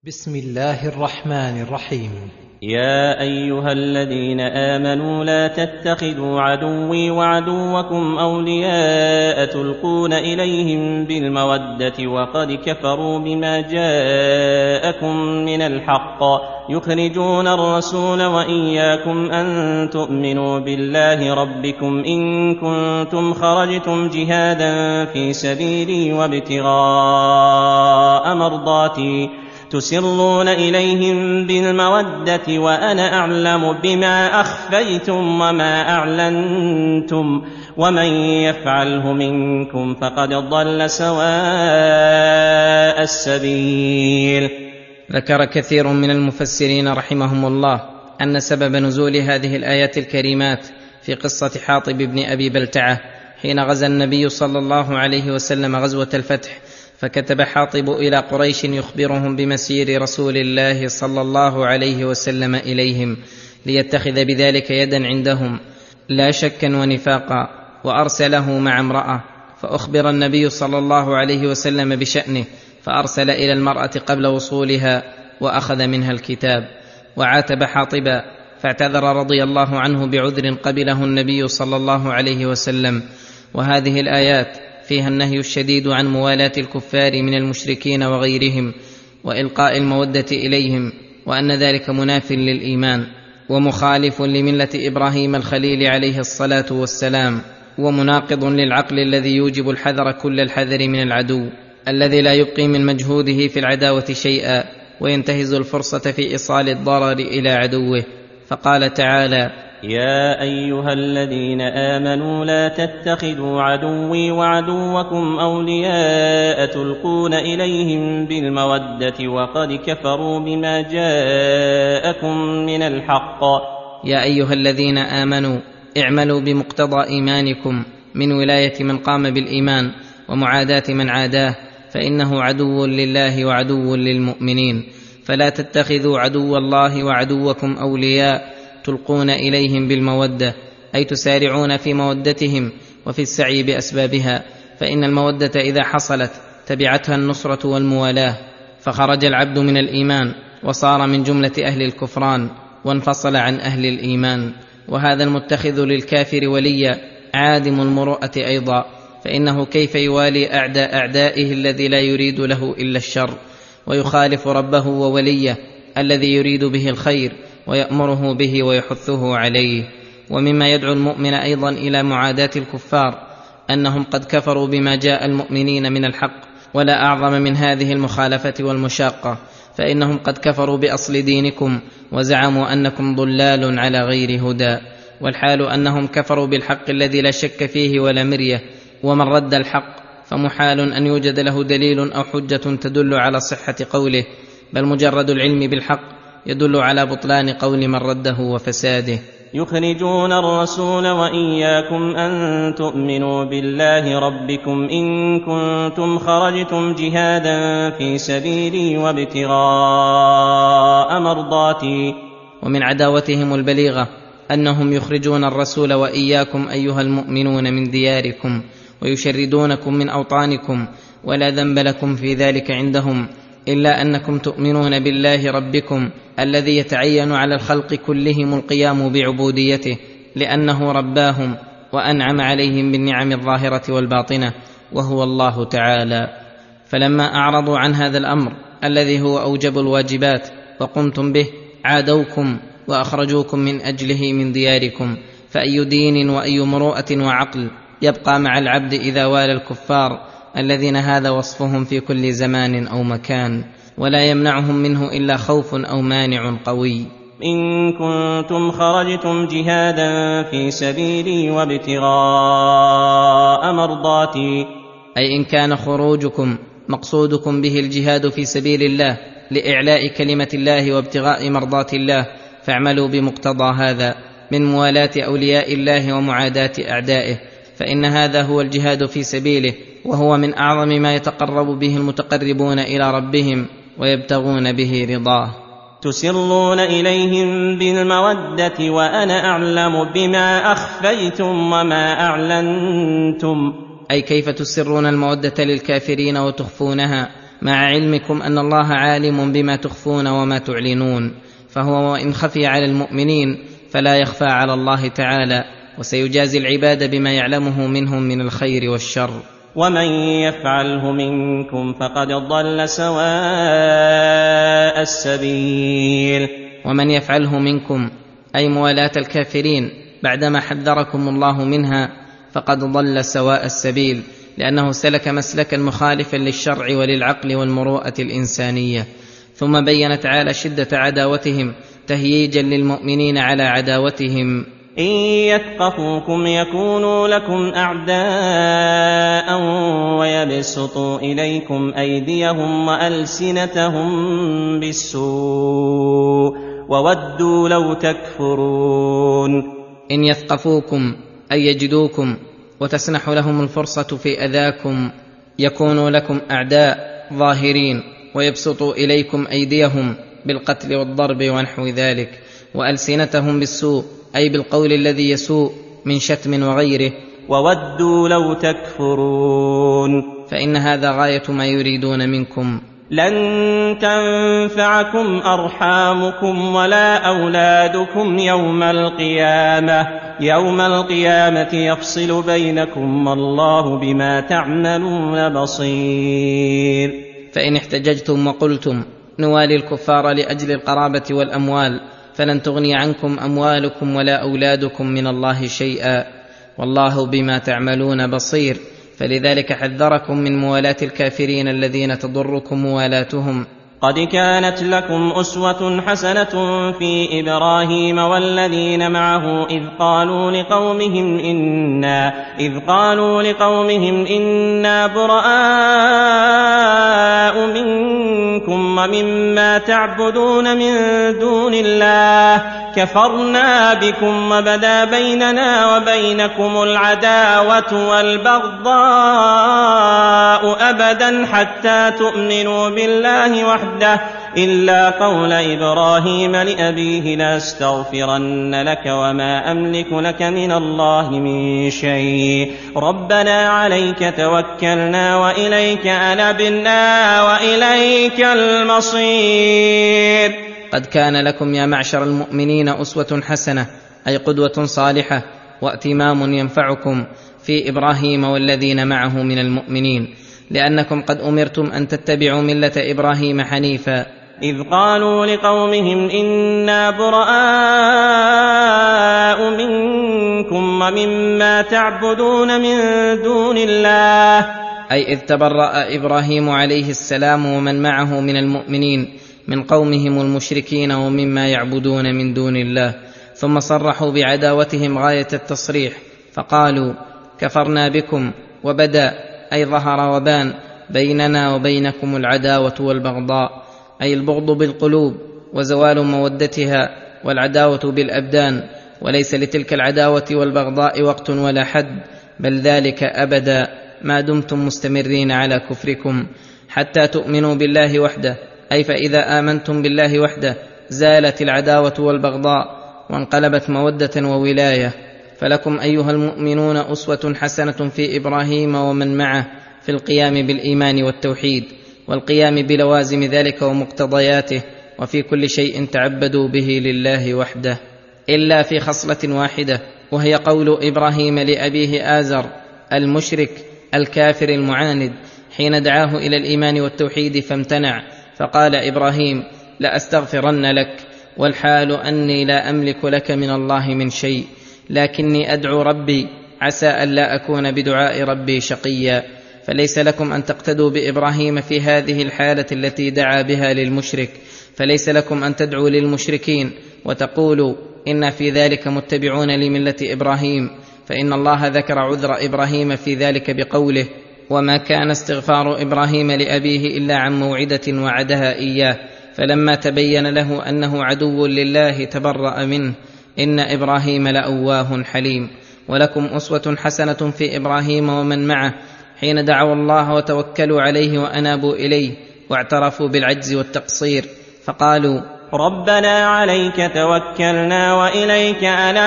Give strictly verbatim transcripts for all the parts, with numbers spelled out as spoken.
بسم الله الرحمن الرحيم. يا أيها الذين آمنوا لا تتخذوا عدوي وعدوكم أولياء تلقون إليهم بالمودة وقد كفروا بما جاءكم من الحق يخرجون الرسول وإياكم أن تؤمنوا بالله ربكم إن كنتم خرجتم جهادا في سبيلي وابتغاء مرضاتي تسرون إليهم بالمودة وأنا أعلم بما أخفيتم وما أعلنتم ومن يفعله منكم فقد ضل سواء السبيل. ذكر كثير من المفسرين رحمهم الله أن سبب نزول هذه الآيات الكريمات في قصة حاطب بن أبي بلتعة حين غزا النبي صلى الله عليه وسلم غزوة الفتح، فكتب حاطب إلى قريش يخبرهم بمسير رسول الله صلى الله عليه وسلم إليهم ليتخذ بذلك يدا عندهم لا شكا ونفاقا، وأرسله مع امرأة، فأخبر النبي صلى الله عليه وسلم بشأنه فأرسل إلى المرأة قبل وصولها وأخذ منها الكتاب وعاتب حاطبا، فاعتذر رضي الله عنه بعذر قبله النبي صلى الله عليه وسلم. وهذه الآيات فيها النهي الشديد عن موالاة الكفار من المشركين وغيرهم وإلقاء المودة إليهم، وأن ذلك مناف للإيمان ومخالف لملة إبراهيم الخليل عليه الصلاة والسلام، ومناقض للعقل الذي يوجب الحذر كل الحذر من العدو الذي لا يبقي من مجهوده في العداوة شيئا وينتهز الفرصة في إيصال الضرر إلى عدوه. فقال تعالى: يا أيها الذين آمنوا لا تتخذوا عدوي وعدوكم أولياء تلقون إليهم بالمودة وقد كفروا بما جاءكم من الحق. يا أيها الذين آمنوا اعملوا بمقتضى إيمانكم من ولاية من قام بالإيمان ومعاداة من عاداه، فإنه عدو لله وعدو للمؤمنين. فلا تتخذوا عدو الله وعدوكم أولياء تلقون إليهم بالمودة، أي تسارعون في مودتهم وفي السعي بأسبابها، فإن المودة إذا حصلت تبعتها النصرة والموالاة، فخرج العبد من الإيمان وصار من جملة أهل الكفران وانفصل عن أهل الإيمان. وهذا المتخذ للكافر وليا عادم المروءة أيضا، فإنه كيف يوالي أعداء أعدائه الذي لا يريد له إلا الشر، ويخالف ربه ووليه الذي يريد به الخير ويأمره به ويحثه عليه. ومما يدعو المؤمن أيضا إلى معاداة الكفار أنهم قد كفروا بما جاء المؤمنين من الحق، ولا أعظم من هذه المخالفة والمشاقة، فإنهم قد كفروا بأصل دينكم وزعموا أنكم ضلال على غير هدى، والحال أنهم كفروا بالحق الذي لا شك فيه ولا مرية. ومن رد الحق فمحال أن يوجد له دليل أو حجة تدل على صحة قوله، بل مجرد العلم بالحق يدل على بطلان قول من رده وفساده. يخرجون الرسول وإياكم أن تؤمنوا بالله ربكم إن كنتم خرجتم جهادا في سبيلي وابتغاء مرضاتي. ومن عداوتهم البليغة أنهم يخرجون الرسول وإياكم أيها المؤمنون من دياركم ويشردونكم من أوطانكم، ولا ذنب لكم في ذلك عندهم إلا أنكم تؤمنون بالله ربكم الذي يتعين على الخلق كلهم القيام بعبوديته، لأنه رباهم وأنعم عليهم بالنعم الظاهرة والباطنة، وهو الله تعالى. فلما أعرضوا عن هذا الأمر الذي هو أوجب الواجبات وقمتم به عادوكم وأخرجوكم من أجله من دياركم، فأي دين وأي مروءة وعقل يبقى مع العبد إذا والى الكفار الذين هذا وصفهم في كل زمان أو مكان، ولا يمنعهم منه إلا خوف أو مانع قوي. إن كنتم خرجتم جهادا في سبيلي وابتغاء مرضاتي، أي إن كان خروجكم مقصودكم به الجهاد في سبيل الله لإعلاء كلمة الله وابتغاء مرضات الله، فاعملوا بمقتضى هذا من موالاة أولياء الله ومعاداة أعدائه، فإن هذا هو الجهاد في سبيله، وهو من أعظم ما يتقرب به المتقربون إلى ربهم ويبتغون به رضاه. تسرون إليهم بالمودة وأنا أعلم بما أخفيتم وما أعلنتم، أي كيف تسرون المودة للكافرين وتخفونها مع علمكم أن الله عالم بما تخفون وما تعلنون، فهو وإن خفي على المؤمنين فلا يخفى على الله تعالى، وسيجازي العباد بما يعلمه منهم من الخير والشر. ومن يفعله منكم فقد ضل سواء السبيل. ومن يفعله منكم أي موالاة الكافرين بعدما حذركم الله منها فقد ضل سواء السبيل، لأنه سلك مسلكا مخالفا للشرع وللعقل والمروءة الإنسانية. ثم بين تعالى شدة عداوتهم تهييجا للمؤمنين على عداوتهم. إن يثقفوكم يكونوا لكم أعداء ويبسطوا إليكم أيديهم وألسنتهم بالسوء وودوا لو تكفرون. إن يثقفوكم أي يجدوكم وتسنح لهم الفرصة في أذاكم، يكونوا لكم أعداء ظاهرين، ويبسطوا إليكم أيديهم بالقتل والضرب ونحو ذلك، وألسنتهم بالسوء أي بالقول الذي يسوء من شتم وغيره. وودوا لو تكفرون، فإن هذا غاية ما يريدون منكم. لن تنفعكم أرحامكم ولا أولادكم يوم القيامة يوم القيامة يفصل بينكم والله بما تعملون بصير. فإن احتججتم وقلتم نوالي الكفار لأجل القرابة والأموال فلن تغني عنكم أموالكم ولا أولادكم من الله شيئا، والله بما تعملون بصير. فلذلك حذركم من موالاة الكافرين الذين تضركم موالاتهم. قد كانت لكم أسوة حسنة في إبراهيم والذين معه إذ قالوا لقومهم إنا إذ قالوا لقومهم إنا براء منكم ومما تعبدون من دون الله كفرنا بكم وبدا بيننا وبينكم العداوة والبغضاء أبدا حتى تؤمنوا بالله وحده إلا قول إبراهيم لأبيه لأستغفرن لك وما أملك لك من الله من شيء ربنا عليك توكلنا وإليك أنبنا وإليك المصير. قد كان لكم يا معشر المؤمنين أسوة حسنة أي قدوة صالحة وائتمام ينفعكم في إبراهيم والذين معه من المؤمنين، لأنكم قد أمرتم أن تتبعوا ملة إبراهيم حنيفا. إذ قالوا لقومهم إنا براء منكم ومما تعبدون من دون الله، أي إذ تبرأ إبراهيم عليه السلام ومن معه من المؤمنين من قومهم المشركين ومما يعبدون من دون الله. ثم صرحوا بعداوتهم غاية التصريح فقالوا كفرنا بكم، وبدا أي ظهر وبان بيننا وبينكم العداوة والبغضاء، أي البغض بالقلوب وزوال مودتها، والعداوة بالأبدان، وليس لتلك العداوة والبغضاء وقت ولا حد، بل ذلك أبدا ما دمتم مستمرين على كفركم حتى تؤمنوا بالله وحده، أي فإذا آمنتم بالله وحده زالت العداوة والبغضاء وانقلبت مودة وولاية. فلكم أيها المؤمنون أسوة حسنة في إبراهيم ومن معه في القيام بالإيمان والتوحيد والقيام بلوازم ذلك ومقتضياته، وفي كل شيء تعبدوا به لله وحده، إلا في خصلة واحدة، وهي قول إبراهيم لأبيه آزر المشرك الكافر المعاند حين دعاه إلى الإيمان والتوحيد فامتنع، فقال إبراهيم لأستغفرن لك والحال أني لا أملك لك من الله من شيء، لكني أدعو ربي عسى أن لا أكون بدعاء ربي شقيا. فليس لكم أن تقتدوا بإبراهيم في هذه الحالة التي دعا بها للمشرك، فليس لكم أن تدعوا للمشركين وتقولوا إنا في ذلك متبعون لملة إبراهيم، فإن الله ذكر عذر إبراهيم في ذلك بقوله وما كان استغفار إبراهيم لأبيه إلا عن موعدة وعدها إياه، فلما تبين له أنه عدو لله تبرأ منه، إن إبراهيم لأواه حليم. ولكم أسوة حسنة في إبراهيم ومن معه حين دعوا الله وتوكلوا عليه وأنابوا إليه واعترفوا بالعجز والتقصير، فقالوا ربنا عليك توكلنا وإليك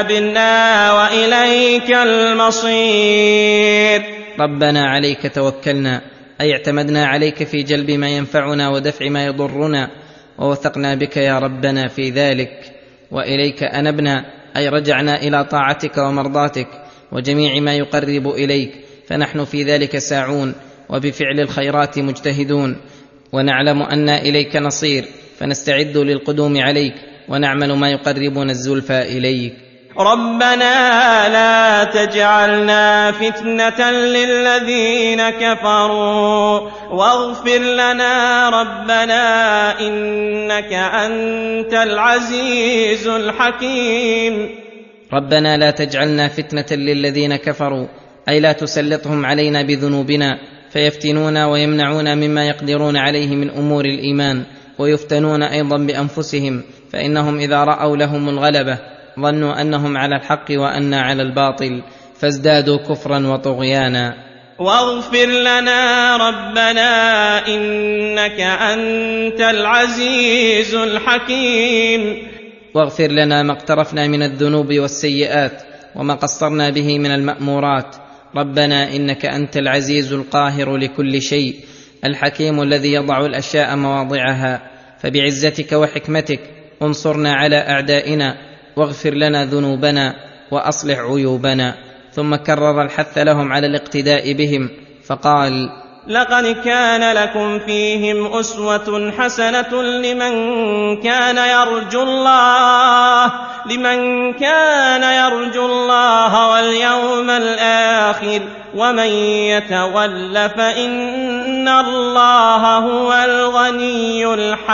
أنبنا وإليك المصير. ربنا عليك توكلنا أي اعتمدنا عليك في جلب ما ينفعنا ودفع ما يضرنا، ووثقنا بك يا ربنا في ذلك. وإليك أنبنا، أي رجعنا إلى طاعتك ومرضاتك وجميع ما يقرب إليك، فنحن في ذلك ساعون وبفعل الخيرات مجتهدون، ونعلم أن إليك نصير، فنستعد للقدوم عليك ونعمل ما يقربنا الزلفى إليك. ربنا لا تجعلنا فتنة للذين كفروا واغفر لنا ربنا إنك أنت العزيز الحكيم. ربنا لا تجعلنا فتنة للذين كفروا، أي لا تسلطهم علينا بذنوبنا فيفتنونا ويمنعونا مما يقدرون عليه من أمور الإيمان، ويفتنون أيضا بأنفسهم، فإنهم إذا رأوا لهم الغلبة ظنوا أنهم على الحق وأنا على الباطل، فازدادوا كفرا وطغيانا. واغفر لنا ربنا إنك أنت العزيز الحكيم. واغفر لنا ما اقترفنا من الذنوب والسيئات وما قصرنا به من المأمورات. ربنا إنك أنت العزيز القاهر لكل شيء، الحكيم الذي يضع الأشياء مواضعها، فبعزتك وحكمتك انصرنا على أعدائنا، واغفر لنا ذنوبنا وأصلح عيوبنا. ثم كرر الحث لهم على الاقتداء بهم فقال: لقد كان لكم فيهم أسوة حسنة لمن كان يرجو الله لمن كان يرجو الله واليوم الآخر ومن يتول فإن الله هو الغني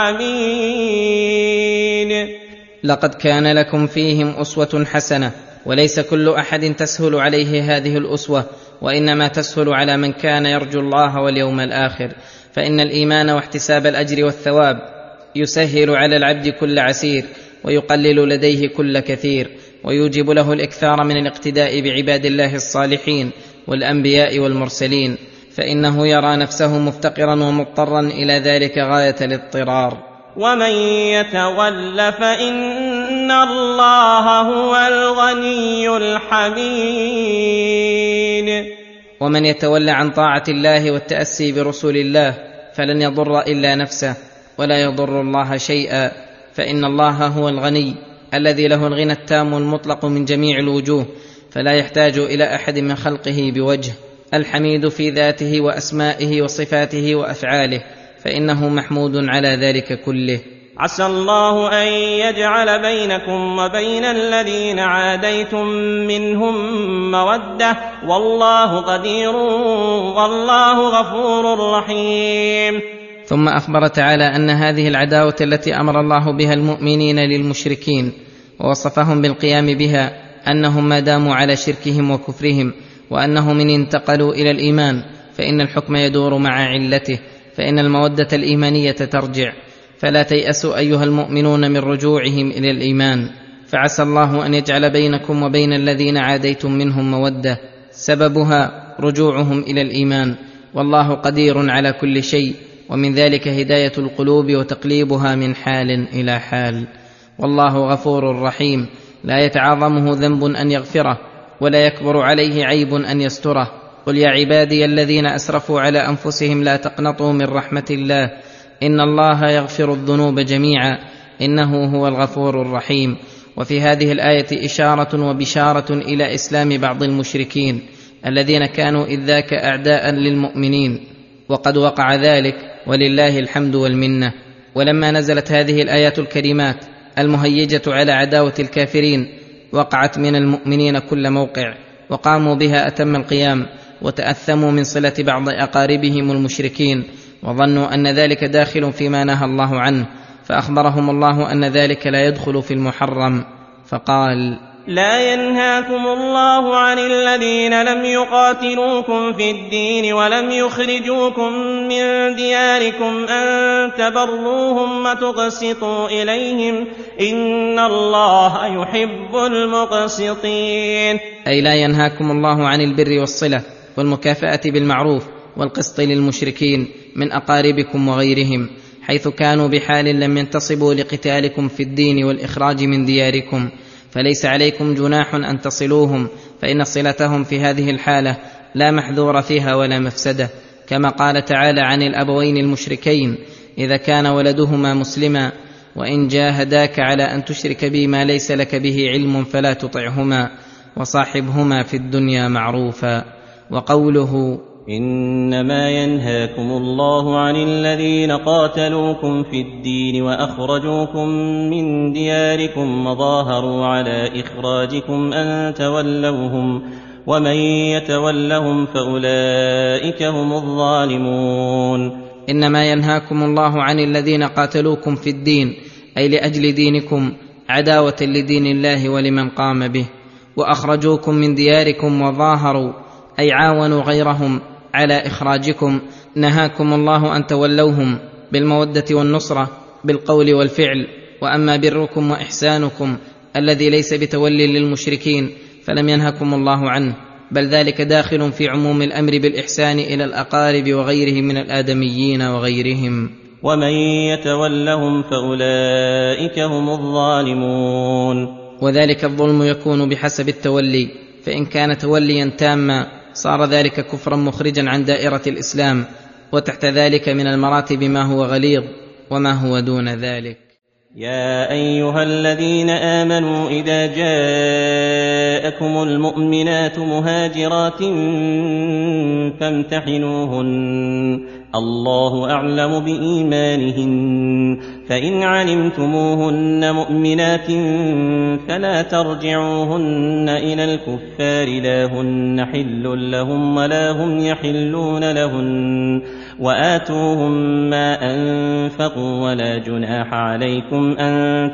الحميد. لقد كان لكم فيهم أسوة حسنة، وليس كل أحد تسهل عليه هذه الأسوة، وإنما تسهل على من كان يرجو الله واليوم الآخر، فإن الإيمان واحتساب الأجر والثواب يسهل على العبد كل عسير، ويقلل لديه كل كثير، ويوجب له الإكثار من الاقتداء بعباد الله الصالحين والأنبياء والمرسلين، فإنه يرى نفسه مفتقرا ومضطرا إلى ذلك غاية الاضطرار. ومن يتول فإن الله هو الغني الحميد. ومن يتولى عن طاعة الله والتأسي برسول الله فلن يضر إلا نفسه ولا يضر الله شيئا، فإن الله هو الغني الذي له الغنى التام المطلق من جميع الوجوه، فلا يحتاج إلى أحد من خلقه بوجه، الحميد في ذاته وأسمائه وصفاته وأفعاله، فإنه محمود على ذلك كله. عسى الله أن يجعل بينكم وبين الذين عاديتم منهم مودة، والله قدير والله غفور رحيم. ثم أخبر تعالى أن هذه العداوة التي أمر الله بها المؤمنين للمشركين ووصفهم بالقيام بها أنهم ما داموا على شركهم وكفرهم، وأنهم إن انتقلوا إلى الإيمان فإن الحكم يدور مع علته، فإن المودة الإيمانية ترجع، فلا تيأسوا أيها المؤمنون من رجوعهم إلى الإيمان، فعسى الله أن يجعل بينكم وبين الذين عاديتم منهم مودة سببها رجوعهم إلى الإيمان، والله قدير على كل شيء، ومن ذلك هداية القلوب وتقليبها من حال إلى حال. والله غفور رحيم، لا يتعاظمه ذنب أن يغفره، ولا يكبر عليه عيب أن يستره. قل يا عبادي الذين أسرفوا على أنفسهم لا تقنطوا من رحمة الله، إن الله يغفر الذنوب جميعا إنه هو الغفور الرحيم. وفي هذه الآية إشارة وبشارة إلى إسلام بعض المشركين الذين كانوا إذ ذاك أعداء للمؤمنين، وقد وقع ذلك ولله الحمد والمنة. ولما نزلت هذه الآيات الكريمات المهيجة على عداوة الكافرين وقعت من المؤمنين كل موقع، وقاموا بها أتم القيام، وتأثموا من صلة بعض أقاربهم المشركين، وظنوا أن ذلك داخل فيما نهى الله عنه، فأخبرهم الله أن ذلك لا يدخل في المحرم، فقال: لا ينهاكم الله عن الذين لم يقاتلوكم في الدين ولم يخرجوكم من دياركم أن تبروهم وتقسطوا إليهم إن الله يحب المقسطين. أي لا ينهاكم الله عن البر والصلة والمكافأة بالمعروف والقسط للمشركين من أقاربكم وغيرهم، حيث كانوا بحال لم ينتصبوا لقتالكم في الدين والإخراج من دياركم، فليس عليكم جناح أن تصلوهم، فإن صلتهم في هذه الحالة لا محذور فيها ولا مفسدة، كما قال تعالى عن الأبوين المشركين إذا كان ولدهما مسلما وإن جاهداك على أن تشرك بي ما ليس لك به علم فلا تطعهما وصاحبهما في الدنيا معروفا. وقوله إنما ينهاكم الله عن الذين قاتلوكم في الدين وأخرجوكم من دياركم وظاهروا على إخراجكم أن تولوهم ومن يتولهم فأولئك هم الظالمون. إنما ينهاكم الله عن الذين قاتلوكم في الدين أي لأجل دينكم عداوة لدين الله ولمن قام به، وأخرجوكم من دياركم وظاهروا أي عاونوا غيرهم على إخراجكم. نهاكم الله أن تولوهم بالمودة والنصرة بالقول والفعل، وأما بركم وإحسانكم الذي ليس بتولي للمشركين فلم ينهكم الله عنه، بل ذلك داخل في عموم الأمر بالإحسان إلى الأقارب وغيرهم من الآدميين وغيرهم. ومن يتولهم فأولئك هم الظالمون. وذلك الظلم يكون بحسب التولي، فإن كان توليا تاما صار ذلك كفرا مخرجا عن دائرة الإسلام، وتحت ذلك من المراتب ما هو غليظ وما هو دون ذلك. يا أيها الذين آمنوا إذا جاءكم المؤمنات مهاجرات فامتحنوهن الله أعلم بإيمانهن، فإن علمتموهن مؤمنات فلا ترجعوهن إلى الكفار لا هن حل لهم ولا هم يحلون لهن، وآتوهم ما أنفقوا ولا جناح عليكم أن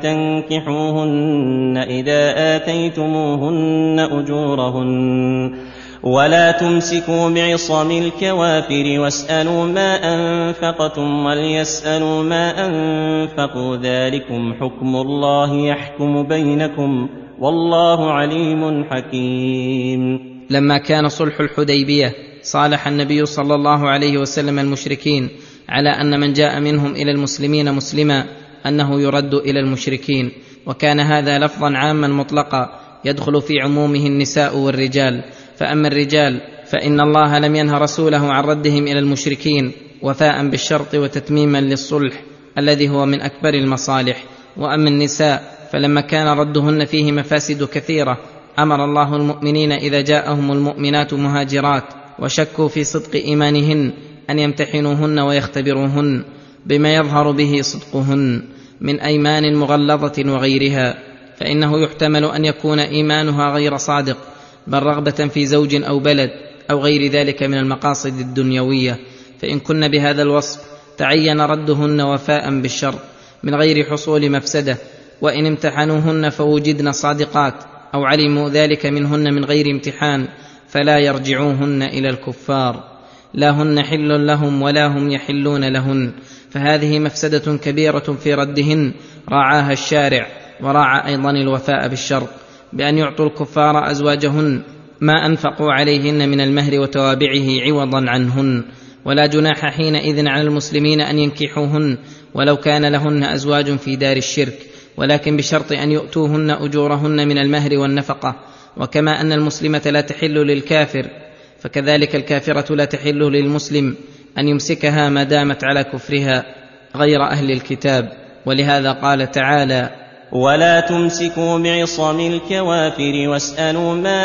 تنكحوهن إذا آتيتموهن أجورهن، ولا تمسكوا بعصم الكوافر واسألوا ما أنفقتم وليسألوا ما أنفقوا، ذلكم حكم الله يحكم بينكم والله عليم حكيم. لما كان صلح الحديبية صالح النبي صلى الله عليه وسلم المشركين على أن من جاء منهم إلى المسلمين مسلما أنه يرد إلى المشركين، وكان هذا لفظا عاما مطلقا يدخل في عمومه النساء والرجال. فأما الرجال فإن الله لم ينه رسوله عن ردهم إلى المشركين وفاء بالشرط وتتميما للصلح الذي هو من أكبر المصالح. وأما النساء فلما كان ردهن فيه مفاسد كثيرة أمر الله المؤمنين إذا جاءهم المؤمنات مهاجرات وشكوا في صدق إيمانهن أن يمتحنوهن ويختبروهن بما يظهر به صدقهن من أيمان مغلظة وغيرها، فإنه يحتمل أن يكون إيمانها غير صادق بل رغبة في زوج أو بلد أو غير ذلك من المقاصد الدنيوية، فإن كن بهذا الوصف تعين ردهن وفاء بالشرط من غير حصول مفسدة. وإن امتحنوهن فوجدن صادقات أو علموا ذلك منهن من غير امتحان فلا يرجعوهن إلى الكفار لا هن حل لهم ولا هم يحلون لهن، فهذه مفسدة كبيرة في ردهن راعاها الشارع، وراعى أيضا الوفاء بالشرط بأن يعطوا الكفار أزواجهن ما أنفقوا عليهن من المهر وتوابعه عوضا عنهن، ولا جناح حينئذ على المسلمين أن ينكحوهن ولو كان لهن أزواج في دار الشرك، ولكن بشرط أن يؤتوهن أجورهن من المهر والنفقة. وكما أن المسلمة لا تحل للكافر فكذلك الكافرة لا تحل للمسلم أن يمسكها ما دامت على كفرها غير أهل الكتاب. ولهذا قال تعالى: ولا تمسكوا بعصم الكوافر واسألوا ما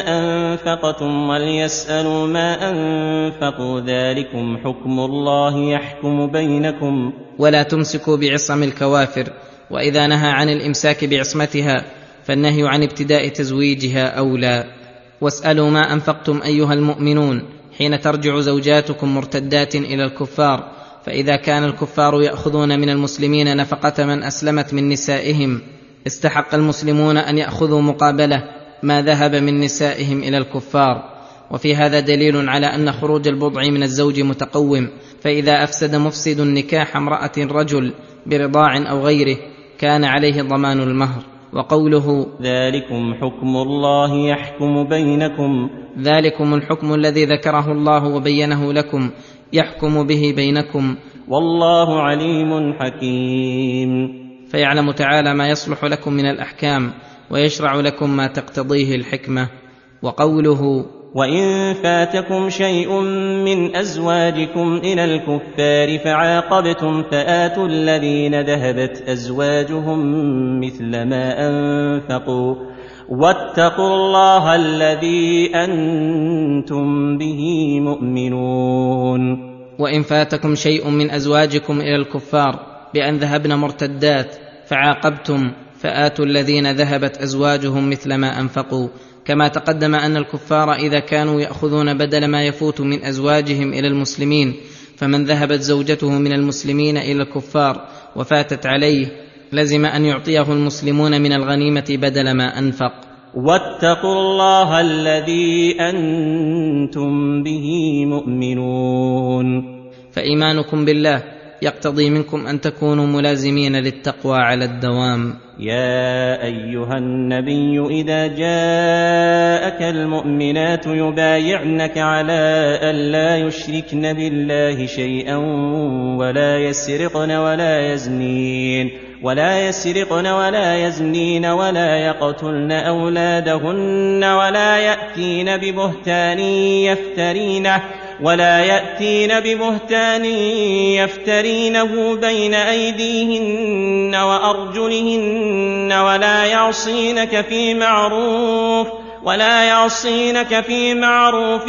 أنفقتم وليسألوا ما أنفقوا، ذلكم حكم الله يحكم بينكم. ولا تمسكوا بعصم الكوافر، وإذا نهى عن الإمساك بعصمتها فالنهي عن ابتداء تزويجها أولى. واسألوا ما أنفقتم أيها المؤمنون حين ترجع زوجاتكم مرتدات إلى الكفار، فإذا كان الكفار يأخذون من المسلمين نفقة من أسلمت من نسائهم استحق المسلمون أن يأخذوا مقابله ما ذهب من نسائهم إلى الكفار. وفي هذا دليل على أن خروج البضع من الزوج متقوم، فإذا أفسد مفسد نكاح امرأة رجل برضاع أو غيره كان عليه ضمان المهر. وقوله: ذلكم حكم الله يحكم بينكم، ذلكم الحكم الذي ذكره الله وبينه لكم يحكم به بينكم، والله عليم حكيم. فيعلم تعالى ما يصلح لكم من الأحكام ويشرع لكم ما تقتضيه الحكمة. وقوله: وإن فاتكم شيء من أزواجكم إلى الكفار فعاقبتم فآتوا الذين ذهبت أزواجهم مثل ما أنفقوا واتقوا الله الذي أنتم به مؤمنون. وإن فاتكم شيء من أزواجكم إلى الكفار بأن ذهبن مرتدات فعاقبتم فآتوا الذين ذهبت أزواجهم مثل ما أنفقوا، كما تقدم أن الكفار إذا كانوا يأخذون بدل ما يفوت من أزواجهم إلى المسلمين، فمن ذهبت زوجته من المسلمين إلى الكفار وفاتت عليه لزم أن يعطيه المسلمون من الغنيمة بدل ما أنفق. واتقوا الله الذي أنتم به مؤمنون. فإيمانكم بالله يقتضي منكم أن تكونوا ملازمين للتقوى على الدوام. يا أيها النبي إذا جاءك المؤمنات يبايعنك على أن لا يشركن بالله شيئا ولا يسرقن ولا يزنين ولا يسرقن ولا يزنين ولا يقتلن أولادهن ولا يأتين ببهتان يفترينه ولا يأتين ببهتان يفترينه بين أيديهن وأرجلهن ولا يعصينك في معروف ولا يعصينك في معروف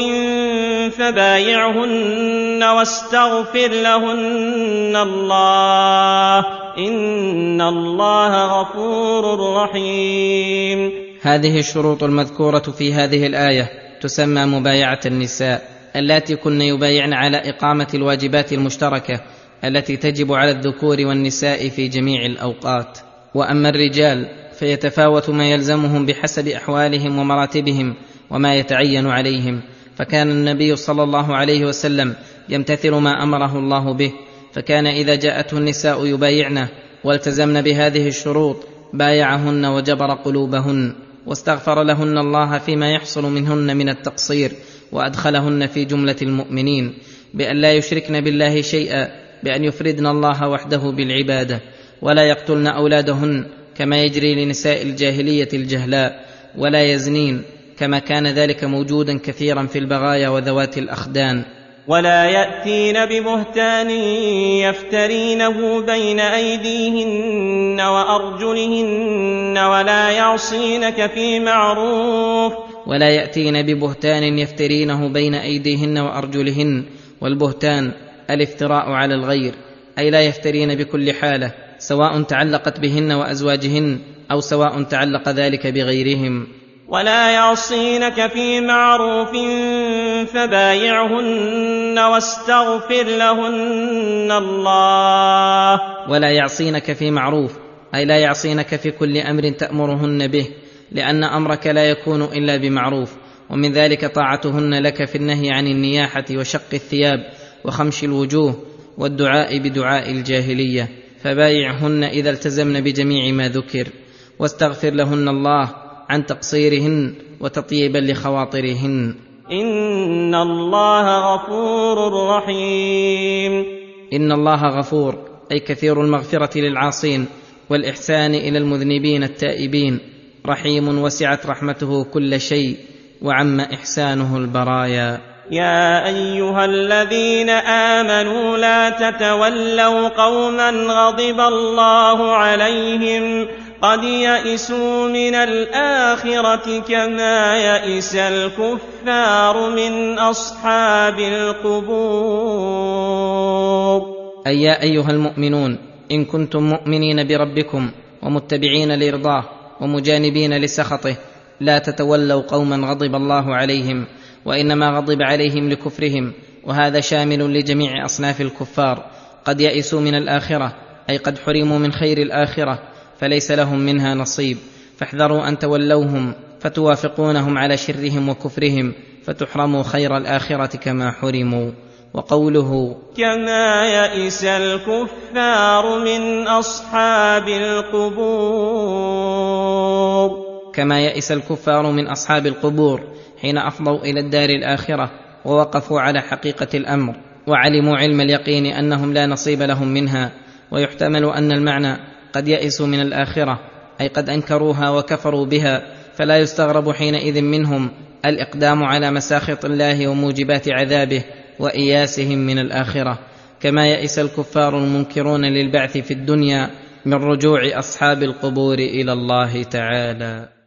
فبايعهن واستغفر لهن الله إن الله غفور رحيم. هذه الشروط المذكورة في هذه الآية تسمى مبايعة النساء، اللاتي كن يبايعن على إقامة الواجبات المشتركة التي تجب على الذكور والنساء في جميع الأوقات. وأما الرجال فيتفاوت ما يلزمهم بحسب أحوالهم ومراتبهم وما يتعين عليهم، فكان النبي صلى الله عليه وسلم يمتثل ما أمره الله به، فكان إذا جاءته النساء يبايعنه والتزمن بهذه الشروط بايعهن وجبر قلوبهن واستغفر لهن الله فيما يحصل منهن من التقصير، وأدخلهن في جملة المؤمنين بأن لا يشركن بالله شيئا، بأن يفردن الله وحده بالعبادة، ولا يقتلن أولادهن كما يجري لنساء الجاهلية الجهلاء، ولا يزنين كما كان ذلك موجودا كثيرا في البغايا وذوات الأخدان، ولا يأتين ببهتان يفترينه بين أيديهن وأرجلهن ولا يعصينك في معروف ولا يأتين ببهتان يفترينه بين أيديهن وأرجلهن. والبهتان الافتراء على الغير، أي لا يفترين بكل حالة، سواء تعلقت بهن وأزواجهن أو سواء تعلق ذلك بغيرهم. ولا يعصينك في معروف فبايعهن واستغفر لهن الله. ولا يعصينك في معروف، أي لا يعصينك في كل أمر تأمرهن به، لأن أمرك لا يكون إلا بمعروف، ومن ذلك طاعتهن لك في النهي عن النياحة وشق الثياب وخمش الوجوه والدعاء بدعاء الجاهلية، فبايعهن إذا التزمن بجميع ما ذكر، واستغفر لهن الله عن تقصيرهن وتطيبا لخواطرهن. إن الله غفور رحيم. إن الله غفور، أي كثير المغفرة للعاصين والإحسان إلى المذنبين التائبين، رحيم وسعت رحمته كل شيء وعم إحسانه البرايا. يا أيها الذين آمنوا لا تتولوا قوما غضب الله عليهم قد يئسوا من الآخرة كما يئس الكفار من أصحاب القبور. أي يا أيها المؤمنون إن كنتم مؤمنين بربكم ومتبعين لرضاه ومجانبين لسخطه لا تتولوا قوما غضب الله عليهم، وإنما غضب عليهم لكفرهم، وهذا شامل لجميع أصناف الكفار. قد يئسوا من الآخرة، أي قد حرموا من خير الآخرة فليس لهم منها نصيب، فاحذروا أن تولوهم فتوافقونهم على شرهم وكفرهم فتحرموا خير الآخرة كما حرموا. وقوله كما يئس الكفار من أصحاب القبور، كما يئس الكفار من أصحاب القبور حين أفضوا إلى الدار الآخرة ووقفوا على حقيقة الأمر وعلموا علم اليقين أنهم لا نصيب لهم منها. ويحتمل أن المعنى قد يئسوا من الآخرة، أي قد أنكروها وكفروا بها، فلا يستغرب حينئذ منهم الاقدام على مساخط الله وموجبات عذابه واياسهم من الاخره، كما يئس الكفار المنكرون للبعث في الدنيا من رجوع اصحاب القبور الى الله تعالى.